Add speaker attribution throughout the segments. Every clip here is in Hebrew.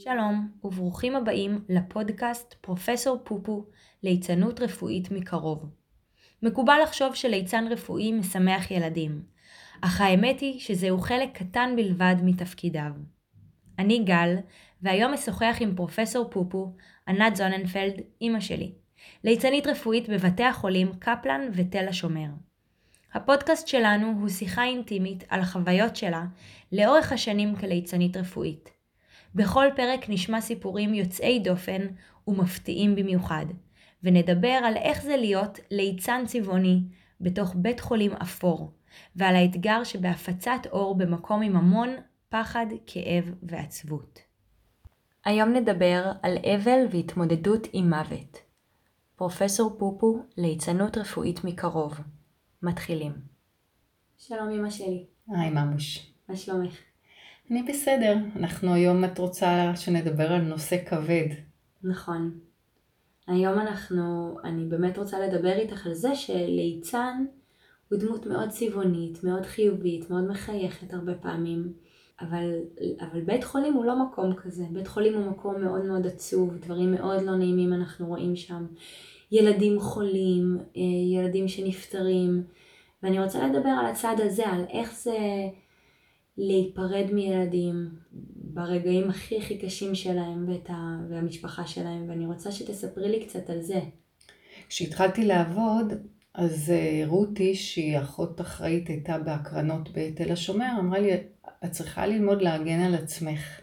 Speaker 1: שלום וברוכים הבאים לפודקאסט פרופסור פופו ליצנות רפואית מקרוב. מקובל לחשוב שליצן רפואי משמח ילדים, אך האמת היא שזהו חלק קטן בלבד מתפקידיו. אני גל, והיום משוחח עם פרופסור פופו, ענת זוננפלד, אמא שלי, ליצנית רפואית בבתי החולים קפלן ותל השומר. הפודקאסט שלנו הוא שיחה אינטימית על החוויות שלה לאורך השנים כליצנית רפואית. בכל פרק נשמע סיפורים יוצאי דופן ומפתיעים במיוחד, ונדבר על איך זה להיות ליצן צבעוני בתוך בית חולים אפור, ועל האתגר שבהפצת אור במקום עם המון פחד, כאב ועצבות. היום נדבר על אבל והתמודדות עם מוות. פרופסור פופו, ליצנות רפואית מקרוב. מתחילים. שלום אמא שלי.
Speaker 2: היי ממוש.
Speaker 1: מה שלומך?
Speaker 2: אני בסדר. היום את רוצה שנדבר על נושא כבד.
Speaker 1: נכון. היום אני באמת רוצה לדבר איתך על זה שליצן הוא דמות מאוד צבעונית, מאוד חיובית, מאוד מחייכת הרבה פעמים. אבל בית חולים הוא לא מקום כזה. בית חולים הוא מקום מאוד מאוד עצוב, דברים מאוד לא נעימים אנחנו רואים שם. ילדים חולים, ילדים שנפטרים. ואני רוצה לדבר על הצד הזה, על איך זה להיפרד מילדים ברגעים הכי קשים שלהם והמשפחה שלהם, ואני רוצה שתספרי לי קצת על זה.
Speaker 2: כשהתחלתי לעבוד, אז רותי, שהיא אחות אחראית, הייתה בהקרנות בתל השומר, אמרה לי, את צריכה ללמוד להגן על עצמך.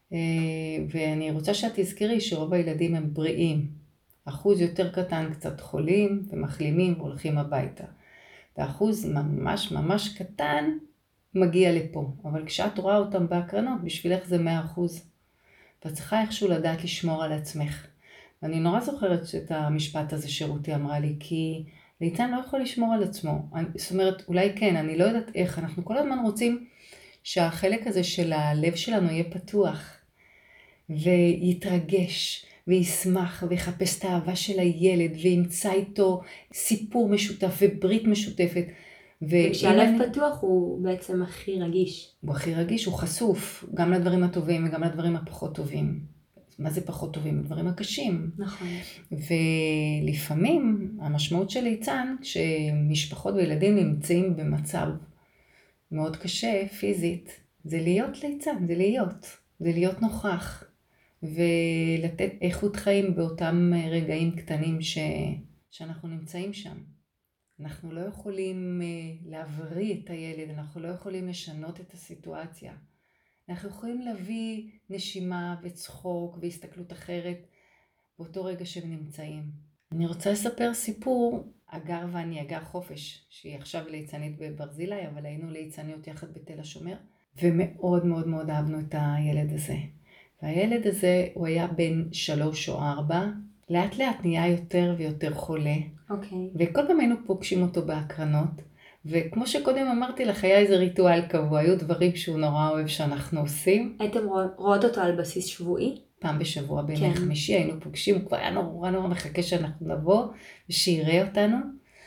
Speaker 2: ואני רוצה שאת תזכרי שרוב הילדים הם בריאים. אחוז יותר קטן קצת חולים ומחלימים והולכים הביתה. ואחוז ממש ממש קטן מגיע לפה. אבל כשאת רואה אותם בהקרנות, בשבילך זה 100%. ואת צריכה איכשהו לדעת לשמור על עצמך. ואני נורא זוכרת את המשפט הזה שרותי אמרה לי, כי ליצן לא יכול לשמור על עצמו. זאת אומרת, אולי כן, אני לא יודעת איך. אנחנו כל הזמן רוצים שהחלק הזה של הלב שלנו יהיה פתוח, ויתרגש, וישמח, ויחפש את האהבה של הילד, וימצא איתו סיפור משותף וברית משותפת.
Speaker 1: וכשהלב פתוח הוא בעצם הכי רגיש.
Speaker 2: הוא הכי רגיש, הוא חשוף, גם לדברים הטובים וגם לדברים הפחות טובים. מה זה פחות טובים? הדברים הקשים.
Speaker 1: נכון.
Speaker 2: ולפעמים המשמעות של ליצן, כשמשפחות וילדים נמצאים במצב מאוד קשה, פיזית, זה להיות ליצן, זה להיות נוכח, ולתת איכות חיים באותם רגעים קטנים שאנחנו נמצאים שם. אנחנו לא יכולים להבריא את הילד, אנחנו לא יכולים לשנות את הסיטואציה. אנחנו יכולים להביא נשימה וצחוק והסתכלות אחרת באותו רגע שהם נמצאים. אני רוצה לספר סיפור, אגר ואני, אגר חופש, שהיא עכשיו ליצנית בברזילי, אבל היינו ליצניות יחד בתל השומר, ומאוד מאוד מאוד אהבנו את הילד הזה. והילד הזה הוא היה בן 3 או 4, לאט לאט נהיה יותר ויותר חולה.
Speaker 1: אוקיי.
Speaker 2: וכל פעם היינו פוגשים אותו בהקרנות, וכמו שקודם אמרתי לך, היה איזה ריטואל קבוע, היו דברים שהוא נורא אוהב שאנחנו עושים.
Speaker 1: הייתם רואות אותו על בסיס שבועי?
Speaker 2: פעם בשבוע בימי חמישי היינו פוגשים, הוא כבר היה נורא מחכה שאנחנו נבוא ושיראה אותנו.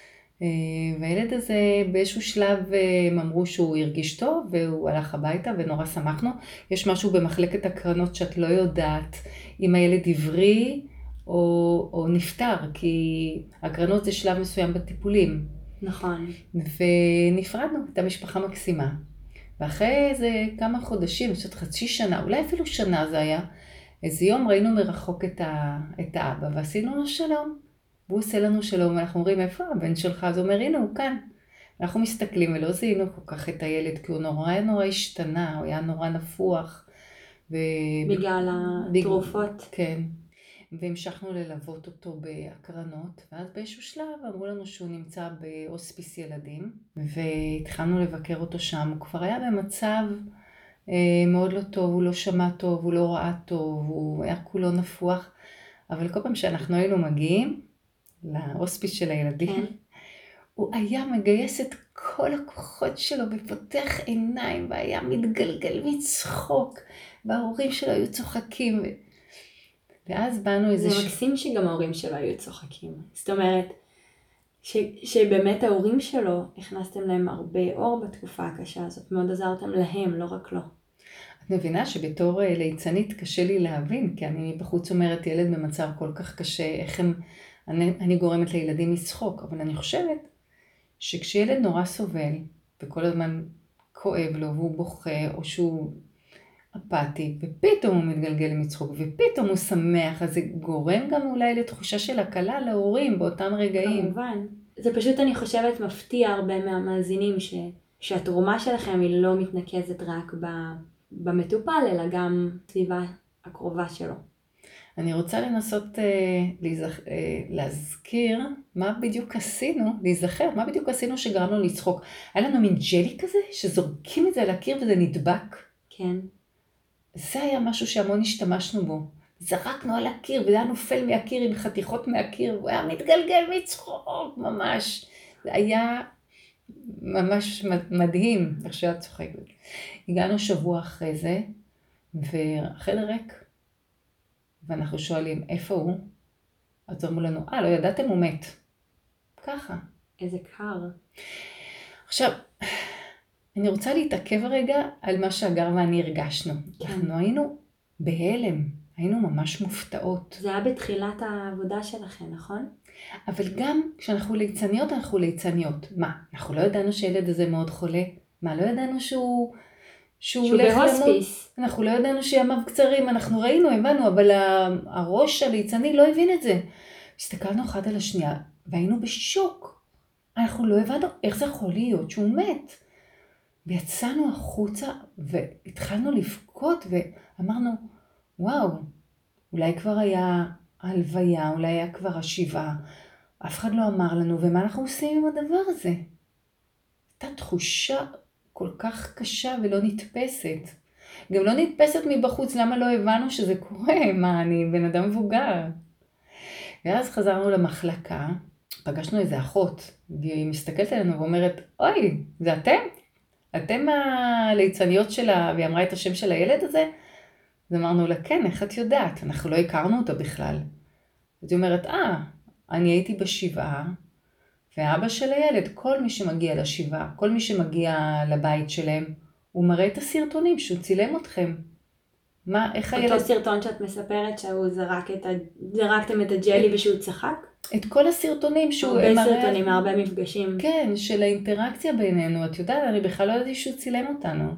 Speaker 2: והילד הזה באיזשהו שלב הם אמרו שהוא הרגיש טוב והוא הלך הביתה ונורא שמחנו. יש משהו במחלקת הקרנות שאת לא יודעת אם הילד עברי או נפטר, כי הקרנות זה שלב מסוים בטיפולים.
Speaker 1: נכון.
Speaker 2: ונפרדנו, הייתה משפחה מקסימה. ואחרי איזה כמה חודשים, זאת חצי שנה, אולי אפילו שנה זה היה, איזה יום ראינו מרחוק את האבא ועשינו לו שלום. והוא עושה לנו שלום, ואנחנו אומרים, איפה הבן שלך? אז הוא אומר, הנה הוא כאן. אנחנו מסתכלים ולא זיהינו כל כך את הילד, כי הוא נורא השתנה, הוא היה נורא נפוח.
Speaker 1: בגלל התרופות.
Speaker 2: כן. והמשכנו ללוות אותו בהקרנות, ואז באיזשהו שלב אמרו לנו שהוא נמצא בהוספיס ילדים, והתחלנו לבקר אותו שם. הוא כבר היה במצב מאוד לא טוב, הוא לא שמע טוב, הוא לא ראה טוב, הוא היה כולו נפוח, אבל כל פעם שאנחנו היינו מגיעים להוספיס של הילדים, כן. הוא היה מגייס את כל הכוחות שלו ופותח עיניים, והיה מתגלגל מצחוק, וההורים שלו היו צוחקים, ואז באנו איזה...
Speaker 1: זה מקסים שגם ההורים שלו היו צוחקים. זאת אומרת, שבאמת ההורים שלו, הכנסתם להם הרבה אור בתקופה הקשה הזאת, מאוד עזרתם להם, לא רק לו.
Speaker 2: את מבינה שבתור ליצנית קשה לי להבין, כי אני בחוץ אומרת ילד במצב כל כך קשה, איך אני גורמת לילדים לצחוק, אבל אני חושבת שכשילד נורא סובל, וכל הזמן כואב לו, והוא בוכה, או שהוא אפאתי, ופתאום הוא מתגלגל מצחוק, ופתאום הוא שמח, אז זה גורם גם אולי לתחושה של הקלה להורים באותם רגעים.
Speaker 1: כמובן. זה פשוט, אני חושבת, מפתיע הרבה מהמאזינים שהתרומה שלכם היא לא מתנקזת רק במטופל, אלא גם סביבה הקרובה שלו.
Speaker 2: אני רוצה לנסות להזכיר מה בדיוק עשינו, להיזכר, מה בדיוק עשינו שגרמנו לצחוק. היה לנו מין ג'לי כזה, שזורקים את זה על הקיר וזה נדבק.
Speaker 1: כן.
Speaker 2: זה היה משהו שהמון השתמשנו בו. זרקנו על הקיר, וזה היה נופל מהקיר עם חתיכות מהקיר, והוא היה מתגלגל מצחוק, ממש. זה היה ממש מדהים, איך שאת צוחקת. הגענו שבוע אחרי זה, והחדר ריק. ואנחנו שואלים, איפה הוא? אז אמרו לנו, לא ידעתם, הוא מת. ככה.
Speaker 1: איזה קר.
Speaker 2: עכשיו, אני רוצה להתעכב רגע על מה שהגר ואני הרגשנו.
Speaker 1: כן.
Speaker 2: אנחנו היינו בהלם, היינו ממש מופתעות.
Speaker 1: זה היה בתחילת העבודה שלכם, נכון?
Speaker 2: אבל גם כשאנחנו ליצניות, אנחנו ליצניות. מה, אנחנו לא ידענו שהילד הזה מאוד חולה? מה, לא ידענו שהוא הולך
Speaker 1: בהוספיס.
Speaker 2: אנחנו לא ידענו שימיו קצרים, אנחנו ראינו, הבנו, אבל הראש הליצני לא הבין את זה. הסתכלנו אחד על השנייה, והיינו בשוק. אנחנו לא הבנו איך זה יכול להיות שהוא מת. ויצאנו החוצה, והתחלנו לבכות, ואמרנו, וואו, אולי כבר היה הלוויה, אולי היה כבר השבעה. אף אחד לא אמר לנו, ומה אנחנו עושים עם הדבר הזה? הייתה תחושה כל כך קשה ולא נתפסת. גם לא נתפסת מבחוץ, למה לא הבנו שזה קורה? מה, אני בן אדם מבוגר. ואז חזרנו למחלקה, פגשנו איזה אחות, והיא מסתכלת עלינו ואומרת, אוי, זה אתם? אתם הליצניות שלה, והיא אמרה את השם של הילד הזה? אז אמרנו לה, כן, איך את יודעת? אנחנו לא הכרנו אותו בכלל. אז היא אומרת, אני הייתי בשבעה, ואבא של הילד, כל מי שמגיע לשבעה, כל מי שמגיע לבית שלהם, הוא מראה את הסרטונים שהוא צילם אתכם. מה, איך הילד...
Speaker 1: אותו סרטון שאת מספרת שהוא זרקתם את הג'לי ושהוא צחק?
Speaker 2: את כל הסרטונים שהוא
Speaker 1: הרבה סרטונים, הרבה מפגשים.
Speaker 2: כן, של האינטראקציה בינינו. את יודעת, אני בכלל לא ידעתי שהוא צילם אותנו.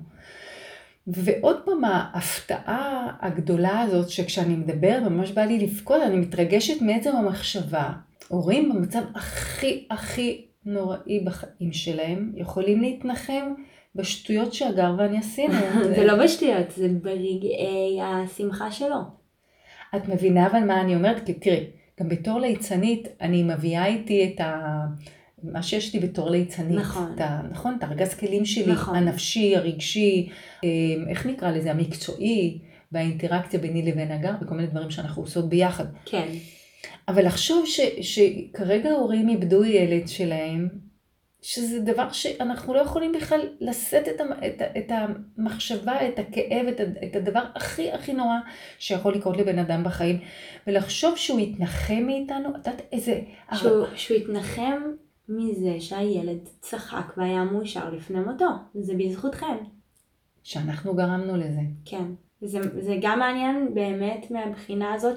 Speaker 2: ועוד פעם, ההפתעה הגדולה הזאת, שכשאני מדבר, ממש בא לי לבכות, אני מתרגשת מעצם המחשבה. הורים במצב הכי נוראי בחיים שלהם, יכולים להתנחם בשטויות שהגר ואני עשינו.
Speaker 1: זה לא בשטויות, זה ברגעי השמחה שלו.
Speaker 2: את מבינה אבל מה אני אומרת? כי תראי, גם בתור ליצנית, אני מביאה איתי את מה שיש לי בתור ליצנית.
Speaker 1: נכון.
Speaker 2: נכון, את הארגז כלים שלי,
Speaker 1: נכון.
Speaker 2: הנפשי, הרגשי, איך נקרא לזה, המקצועי, והאינטראקציה ביני לבין הגר, וכל מיני דברים שאנחנו עושות ביחד.
Speaker 1: כן.
Speaker 2: אבל לחשוב שכרגע ההורים איבדו ילד שלהם, שזה דבר שאנחנו לא יכולים בכלל לשאת את המחשבה, את הכאב, את הדבר הכי נורא שיכול לקרות לבן אדם בחיים, ולחשוב שהוא יתנחם מאיתנו, את יודעת איזה...
Speaker 1: שהוא יתנחם מזה שהילד צחק והיה מאושר לפני מותו, זה בזכותכם.
Speaker 2: שאנחנו גרמנו לזה.
Speaker 1: כן, זה גם מעניין באמת מהבחינה הזאת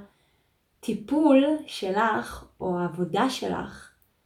Speaker 1: שהטיפול שלך או העבודה שלך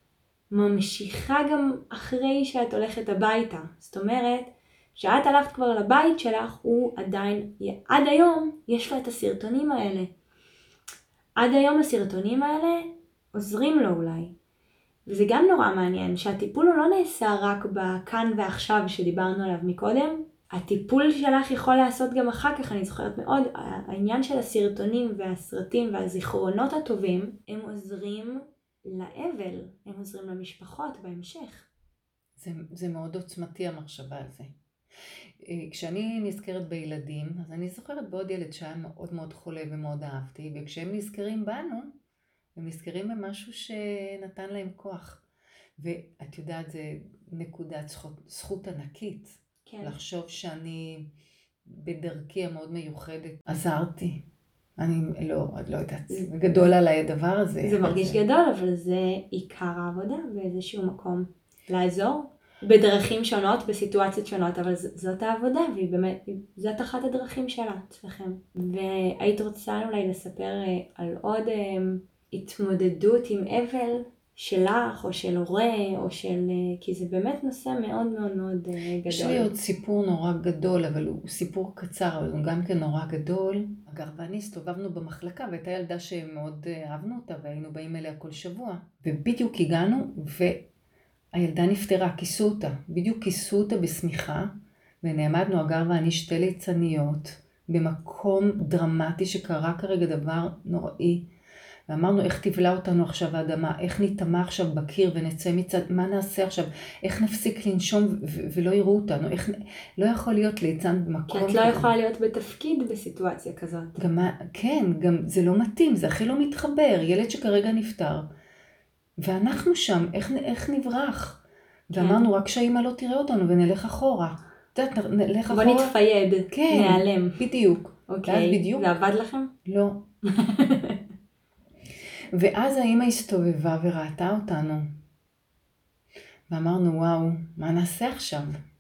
Speaker 1: ממשיכה גם אחרי שאת הולכת הביתה. זאת אומרת, שאת הלכת כבר לבית שלך, הוא עדיין, עד היום יש לו את הסרטונים האלה. עד היום הסרטונים האלה עוזרים לו אולי. וזה גם נורא מעניין, שהטיפול הוא לא נעשה רק בכאן ועכשיו שדיברנו עליו מקודם. הטיפול שלך יכול לעשות גם אחר כך, אני זוכרת מאוד, העניין של הסרטונים והסרטים והזיכרונות הטובים, הם עוזרים לאבל, הם עוזרים למשפחות בהמשך.
Speaker 2: זה מאוד עוצמתי המחשבה על זה. כשאני נזכרת בילדים, אז אני זוכרת בעוד ילד שהיה מאוד מאוד חולה ומאוד אהבתי, וכשהם נזכרים בנו, הם נזכרים במשהו שנתן להם כוח. ואת יודעת, זה נקודת זכות ענקית. כן. לחשוב שאני בדרכי המאוד מיוחדת עזרתי. אני לא יודעת, זה גדול עליי הדבר הזה.
Speaker 1: זה מרגיש גדול, אבל זה עיקר העבודה באיזשהו מקום. לעזור בדרכים שונות, בסיטואציות שונות, אבל זאת העבודה, והיא באמת, זאת אחת הדרכים שלה אצלכם. והיית רוצה אולי לספר על עוד התמודדות עם אבל שלך, או של הורה, או של, כי זה באמת נושא מאוד מאוד מאוד גדול.
Speaker 2: יש לי עוד סיפור נורא גדול, אבל הוא סיפור קצר, אבל הוא גם כן נורא גדול. אגב, ואני הסתובבנו במחלקה, והייתה ילדה שמאוד אהבנו אותה, והיינו באים אליה כל שבוע. ובדיוק הגענו, והילדה נפטרה, כיסו אותה. בדיוק כיסו אותה בשמיכה, ונעמדנו, אגב, ואני שתי ליצניות, במקום דרמטי שקרה כרגע דבר נוראי. ואמרנו, איך תבלע אותנו עכשיו האדמה, איך נטמע עכשיו בקיר ונצא מצד, מה נעשה עכשיו, איך נפסיק לנשום ולא יראו אותנו, איך, לא יכול להיות ליצן במקום.
Speaker 1: כי את לא יכולה להיות בתפקיד בסיטואציה כזאת.
Speaker 2: גם, כן, גם זה לא מתאים, זה הכי לא מתחבר, ילד שכרגע נפטר, ואנחנו שם, איך נברח? כן. ואמרנו, רק שהאימא לא תראה אותנו ונלך אחורה. נלך אחורה.
Speaker 1: בוא נתפייד,
Speaker 2: כן,
Speaker 1: נעלם.
Speaker 2: בדיוק.
Speaker 1: אוקיי,
Speaker 2: בדיוק.
Speaker 1: זה עבד לכם?
Speaker 2: לא. ואז האמא הסתובבה וראתה אותנו. ואמרנו, וואו, מה נעשה עכשיו?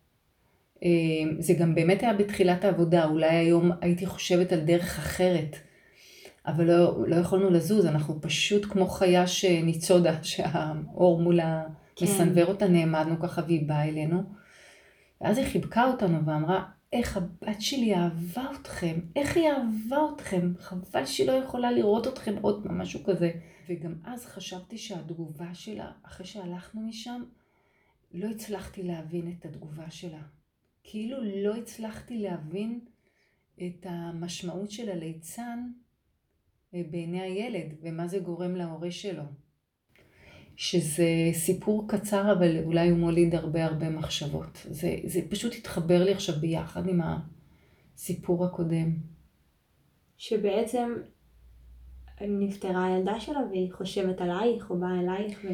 Speaker 2: זה גם באמת היה בתחילת העבודה, אולי היום הייתי חושבת על דרך אחרת, אבל לא יכולנו לזוז, אנחנו פשוט כמו חיה שניצודה, שהאור מולה מסנבר אותה, נעמדנו ככה והיא באה אלינו. ואז היא חיבקה אותנו ואמרה, איך הבת שלי אהבה אתכם, איך היא אהבה אתכם, חבל שהיא לא יכולה לראות אתכם עוד פעם, משהו כזה. וגם אז חשבתי שהתגובה שלה, אחרי שהלכנו משם, לא הצלחתי להבין את התגובה שלה. כאילו לא הצלחתי להבין את המשמעות של הליצן בעיני הילד, ומה זה גורם להורה שלו. שזה סיפור קצר, אבל אולי הוא מוליד הרבה מחשבות. זה פשוט התחבר לי עכשיו ביחד עם הסיפור הקודם.
Speaker 1: שבעצם נפטרה הילדה שלה והיא חושבת עלייך או באה אלייך.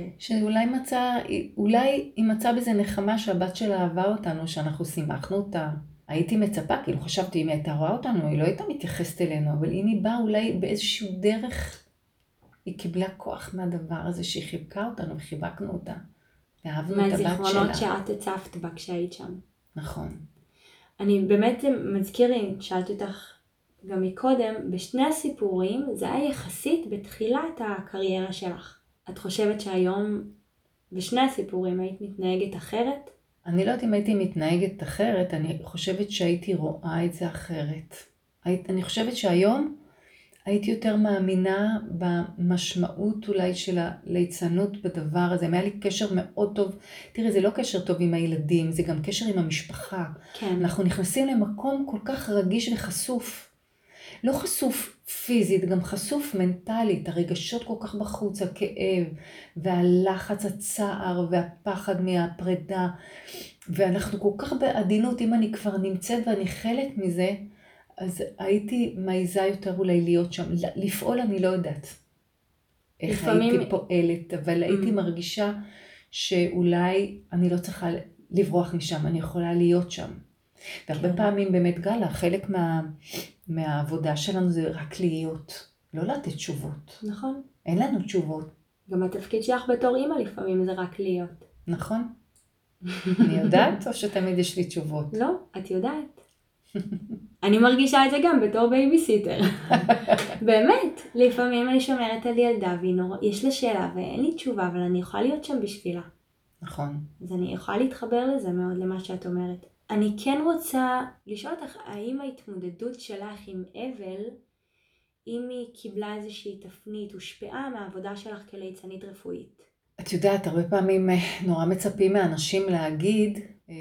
Speaker 2: שאולי היא מצאה בזה נחמה שהבת שלה אהבה אותנו, שאנחנו שימחנו אותה. הייתי מצפה, כאילו חשבתי אם היא הייתה רואה אותנו, היא לא הייתה מתייחסת אלינו, אבל אם היא באה אולי באיזשהו דרך, היא קיבלה כוח מהדבר הזה שהיא חיבקה אותנו וחיבקנו אותה. ואהבנו את הבת שלה.
Speaker 1: מהזיכרונות שאת הצפת בה כשהיית שם.
Speaker 2: נכון.
Speaker 1: אני באמת מזכיר לי, שאלתי אותך גם מקודם, בשני הסיפורים זה היה יחסית בתחילת הקריירה שלך. את חושבת שהיום בשני הסיפורים היית מתנהגת אחרת?
Speaker 2: אני לא יודעת אם הייתי מתנהגת אחרת, אני חושבת שהייתי רואה את זה אחרת. אני חושבת שהיום הייתי יותר מאמינה במשמעות אולי של הליצנות בדבר הזה. היה לי קשר מאוד טוב. תראי, זה לא קשר טוב עם הילדים, זה גם קשר עם המשפחה.
Speaker 1: כן.
Speaker 2: אנחנו נכנסים למקום כל כך רגיש וחשוף. לא חשוף פיזית, גם חשוף מנטלית. הרגשות כל כך בחוץ, הכאב והלחץ, הצער והפחד מהפרידה. ואנחנו כל כך בעדינות, אם אני כבר נמצאת ואני חלק מזה, אז הייתי מעיזה יותר אולי להיות שם. לפעול אני לא יודעת איך הייתי פועלת, אבל הייתי מרגישה שאולי אני לא צריכה לברוח משם, אני יכולה להיות שם. והרבה פעמים באמת גלה, חלק מהעבודה שלנו זה רק להיות, לא לתת תשובות.
Speaker 1: נכון.
Speaker 2: אין לנו תשובות.
Speaker 1: גם התפקיד שלך בתור אימא לפעמים זה רק להיות.
Speaker 2: נכון. אני יודעת או שתמיד יש לי תשובות?
Speaker 1: לא, את יודעת. אני מרגישה את זה גם בתור בייביסיטר. באמת, לפעמים אני שומרת על ילדה ויש לה שאלה ואין לי תשובה, אבל אני יכולה להיות שם בשבילה.
Speaker 2: נכון.
Speaker 1: אז אני יכולה להתחבר לזה מאוד למה שאת אומרת. אני כן רוצה לשאול אותך, האם ההתמודדות שלך עם אבל, אם היא קיבלה איזושהי תפנית, הושפעה מהעבודה שלך כליצנית רפואית?
Speaker 2: את יודעת, הרבה פעמים נורא מצפים מאנשים להגיד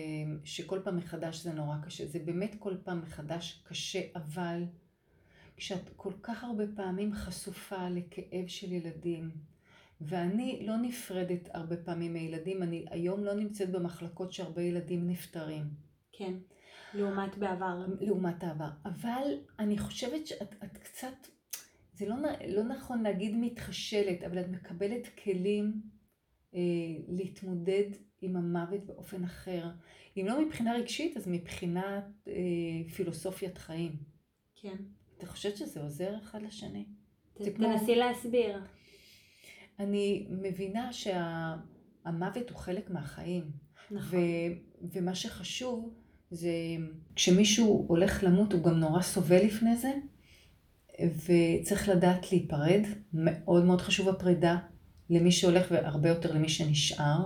Speaker 2: שכל פעם מחדש זה נורא קשה. זה באמת כל פעם מחדש קשה, אבל כשאת כל כך הרבה פעמים חשופה לכאב של ילדים, ואני לא נפרדת הרבה פעמים מילדים, אני היום לא נמצאת במחלקות שהרבה ילדים נפטרים.
Speaker 1: כן, לעומת בעבר.
Speaker 2: לעומת העבר. אבל אני חושבת שאת קצת, זה לא נכון להגיד מתחשלת, אבל את מקבלת כלים להתמודד עם המוות באופן אחר. אם לא מבחינה רגשית, אז מבחינת פילוסופיית חיים.
Speaker 1: כן.
Speaker 2: אתה חושבת שזה עוזר אחד לשני?
Speaker 1: תנסי להסביר.
Speaker 2: אני מבינה שהמוות הוא חלק מהחיים.
Speaker 1: נכון.
Speaker 2: ומה שחשוב זה, כשמישהו הולך למות הוא גם נורא סובל לפני זה, וצריך לדעת להיפרד, מאוד מאוד חשוב הפרידה, למי שהולך והרבה יותר למי שנשאר,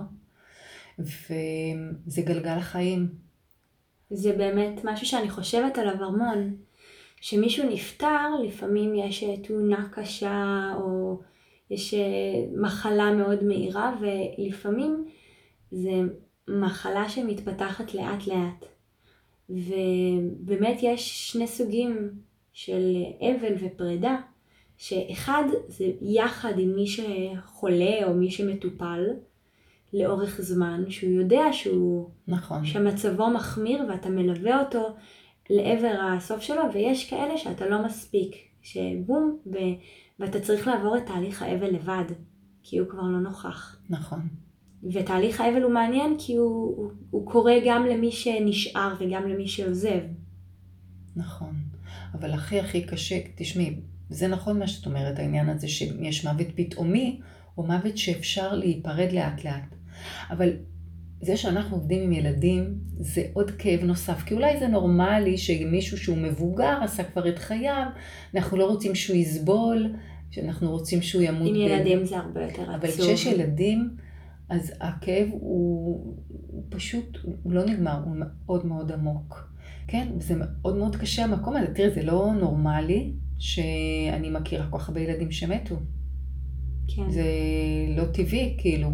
Speaker 2: וזה גלגל החיים.
Speaker 1: זה באמת משהו שאני חושבת עליו המון, שמישהו נפטר, לפעמים יש תאונה קשה, או יש מחלה מאוד מהירה, ולפעמים זה מחלה שמתפתחת לאט לאט. ובאמת יש שני סוגים של אבל ופרידה, שאחד זה יחד עם מי שחולה או מי שמטופל לאורך זמן, שהוא יודע
Speaker 2: נכון.
Speaker 1: שמצבו מחמיר ואתה מלווה אותו לעבר הסוף שלו, ויש כאלה שאתה לא מספיק, שבום, ואתה צריך לעבור את תהליך האבל לבד, כי הוא כבר לא נוכח.
Speaker 2: נכון.
Speaker 1: ותהליך האבל הוא מעניין כי הוא קורה גם למי שנשאר וגם למי שעוזב.
Speaker 2: נכון. אבל הכי קשה, תשמעי, זה נכון מה שאת אומרת, העניין הזה שיש מוות פתאומי, או מוות שאפשר להיפרד לאט לאט. אבל זה שאנחנו עובדים עם ילדים, זה עוד כאב נוסף. כי אולי זה נורמלי שמישהו שהוא מבוגר, עשה כבר את חייו, אנחנו לא רוצים שהוא יסבול, שאנחנו רוצים שהוא ימות.
Speaker 1: עם ילדים זה הרבה יותר עצוב.
Speaker 2: אבל כשיש ילדים, אז הכאב הוא פשוט, הוא לא נגמר, הוא מאוד מאוד עמוק. כן, זה מאוד מאוד קשה המקום הזה. תראי, זה לא נורמלי שאני מכירה כל כך הרבה ילדים שמתו.
Speaker 1: כן.
Speaker 2: זה לא טבעי, כאילו.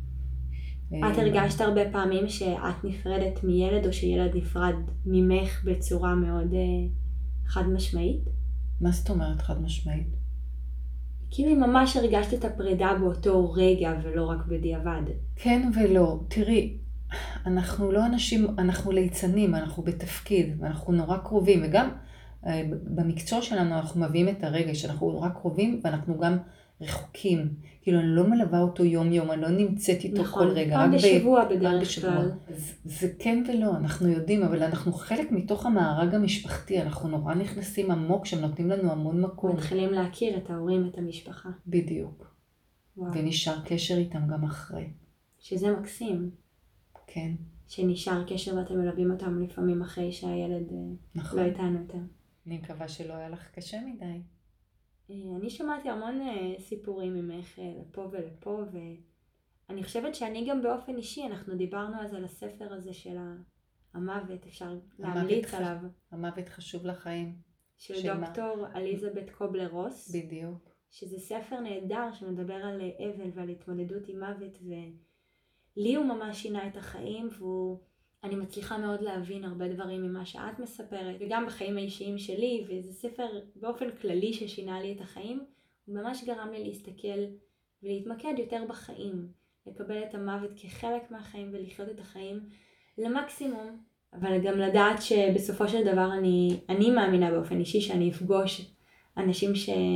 Speaker 1: את הרגשת הרבה פעמים שאת נפרדת מילד, או שילד נפרד ממך בצורה מאוד חד משמעית?
Speaker 2: מה זאת אומרת חד משמעית?
Speaker 1: כאילו ממש הרגשת את הפרידה באותו רגע ולא רק בדיעבד.
Speaker 2: כן ולא. תראי, אנחנו לא אנשים, אנחנו ליצנים, אנחנו בתפקיד, ואנחנו נורא קרובים, וגם במקצוע שלנו אנחנו מביאים את הרגש, אנחנו נורא קרובים ואנחנו גם רחוקים. כאילו אני לא מלווה אותו יום, אני לא נמצאת איתו
Speaker 1: נכון,
Speaker 2: כל רגע.
Speaker 1: פעם בשבוע בדרך כלל.
Speaker 2: זה כן ולא, אנחנו יודעים, אבל אנחנו חלק מתוך המארג המשפחתי, אנחנו נורא נכנסים עמוק, שהם נותנים לנו המון מקום.
Speaker 1: מתחילים להכיר את ההורים, את המשפחה.
Speaker 2: בדיוק.
Speaker 1: וואו.
Speaker 2: ונשאר קשר איתם גם אחרי.
Speaker 1: שזה מקסים.
Speaker 2: כן.
Speaker 1: שנשאר קשר ואתם מלווים אותם לפעמים אחרי שהילד
Speaker 2: נכון.
Speaker 1: לא איתנו יותר.
Speaker 2: אני מקווה שלא היה לך קשה מדי.
Speaker 1: אני שמעתי המון סיפורים ממך לפה ולפה, ואני חושבת שאני גם באופן אישי, אנחנו דיברנו אז על הספר הזה של המוות, אפשר להמליץ עליו.
Speaker 2: המוות חשוב לחיים.
Speaker 1: של דוקטור אליזבת קובלר-רוס.
Speaker 2: בדיוק.
Speaker 1: שזה ספר נהדר שמדבר על אבל ועל התמודדות עם מוות, ולי הוא ממש שינה את החיים, ואני מצליחה מאוד להבין הרבה דברים ממה שאת מספרת, וגם בחיים האישיים שלי, וזה ספר באופן כללי ששינה לי את החיים, הוא ממש גרם לי להסתכל ולהתמקד יותר בחיים, לקבל את המוות כחלק מהחיים ולחיות את החיים למקסימום, אבל גם לדעת שבסופו של דבר אני מאמינה באופן אישי שאני אפגוש אנשים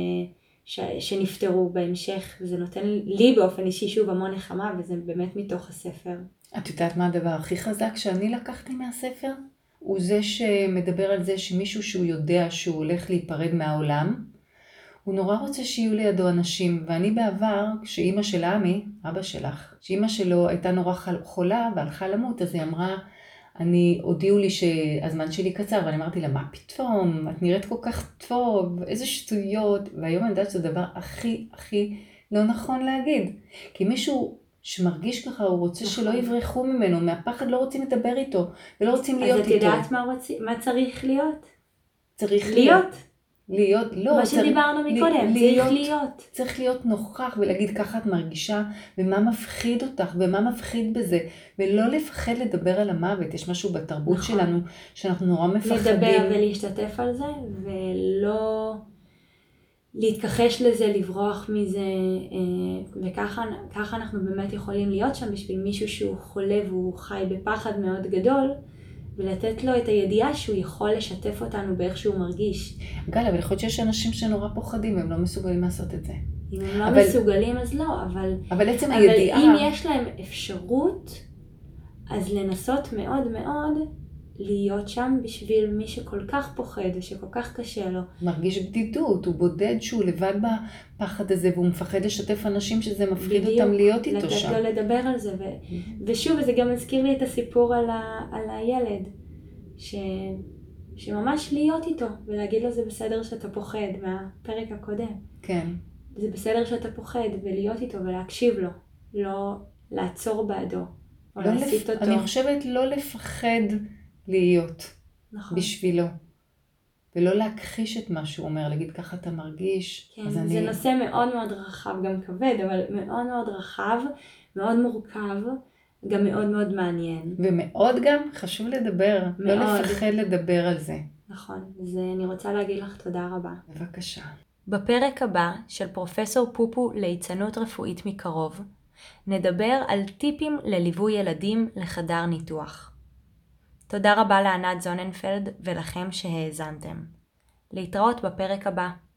Speaker 1: שנפטרו בהמשך, וזה נותן לי באופן אישי שוב המון נחמה, וזה באמת מתוך הספר.
Speaker 2: את יודעת מה הדבר הכי חזק שאני לקחתי מהספר? הוא זה שמדבר על זה שמישהו שהוא יודע שהוא הולך להיפרד מהעולם, הוא נורא רוצה שיהיו לידו אנשים, ואני בעבר, כשאימא של עמי, אבא שלך, שאימא שלו הייתה נורא חולה והלכה למות, אז היא אמרה, הודיעו לי שהזמן שלי קצר, ואני אמרתי לה, מה פתאום? את נראית כל כך טוב, איזה שטויות, והיום אני יודעת שזה הדבר הכי לא נכון להגיד. כי מישהו שמרגיש ככה, הוא רוצה שלא יברחו ממנו, מהפחד לא רוצים לדבר איתו, ולא רוצים להיות איתו.
Speaker 1: אז את יודעת מה צריך להיות?
Speaker 2: צריך להיות, לא.
Speaker 1: מה שדיברנו מקודם, צריך להיות.
Speaker 2: צריך להיות נוכח ולהגיד ככה את מרגישה, ומה מפחיד אותך, ומה מפחיד בזה, ולא לפחד לדבר על המוות. יש משהו בתרבות שלנו, שאנחנו נורא מפחדים.
Speaker 1: לדבר ולהשתתף על זה, ולא להתכחש לזה, לברוח מזה, וככה אנחנו באמת יכולים להיות שם בשביל מישהו שהוא חולה והוא חי בפחד מאוד גדול, ולתת לו את הידיעה שהוא יכול לשתף אותנו באיך שהוא מרגיש.
Speaker 2: גל, אבל יכול להיות שיש אנשים שנורא פוחדים, הם לא מסוגלים לעשות את זה.
Speaker 1: אם הם לא מסוגלים, אז לא,
Speaker 2: אבל עצם הידיעה...
Speaker 1: אם יש להם אפשרות, אז לנסות מאוד מאוד להיות שם בשביל מי שכל כך פוחד ושכל כך קשה לו.
Speaker 2: מרגיש בדידות, הוא בודד שהוא לבד בפחד הזה, והוא מפחד לשתף אנשים שזה מפחיד אותם להיות איתו שם.
Speaker 1: לתת לו לדבר על זה. ושוב, זה גם מזכיר לי את הסיפור על הילד, שממש להיות איתו, ולהגיד לו זה בסדר שאתה פוחד מהפרק הקודם.
Speaker 2: כן.
Speaker 1: זה בסדר שאתה פוחד, ולהיות איתו ולהקשיב לו, לא לעצור בעדו, או להסיט אותו.
Speaker 2: אני חושבת לא לפחד להיות בשבילו, ולא להכחיש את מה שהוא אומר, להגיד ככה אתה מרגיש.
Speaker 1: כן, זה נושא מאוד מאוד רחב, גם כבד, אבל מאוד מאוד רחב, מאוד מורכב, גם מאוד מאוד מעניין.
Speaker 2: ומאוד גם חשוב לדבר, לא לפחד לדבר על זה.
Speaker 1: נכון, אז אני רוצה להגיד לך תודה רבה.
Speaker 2: בבקשה.
Speaker 1: בפרק הבא של פרופסור פופו ליצנות רפואית מקרוב, נדבר על טיפים לליווי ילדים לחדר ניתוח. תודה רבה לענת זוננפלד ולכם שהאזנתם. להתראות בפרק הבא.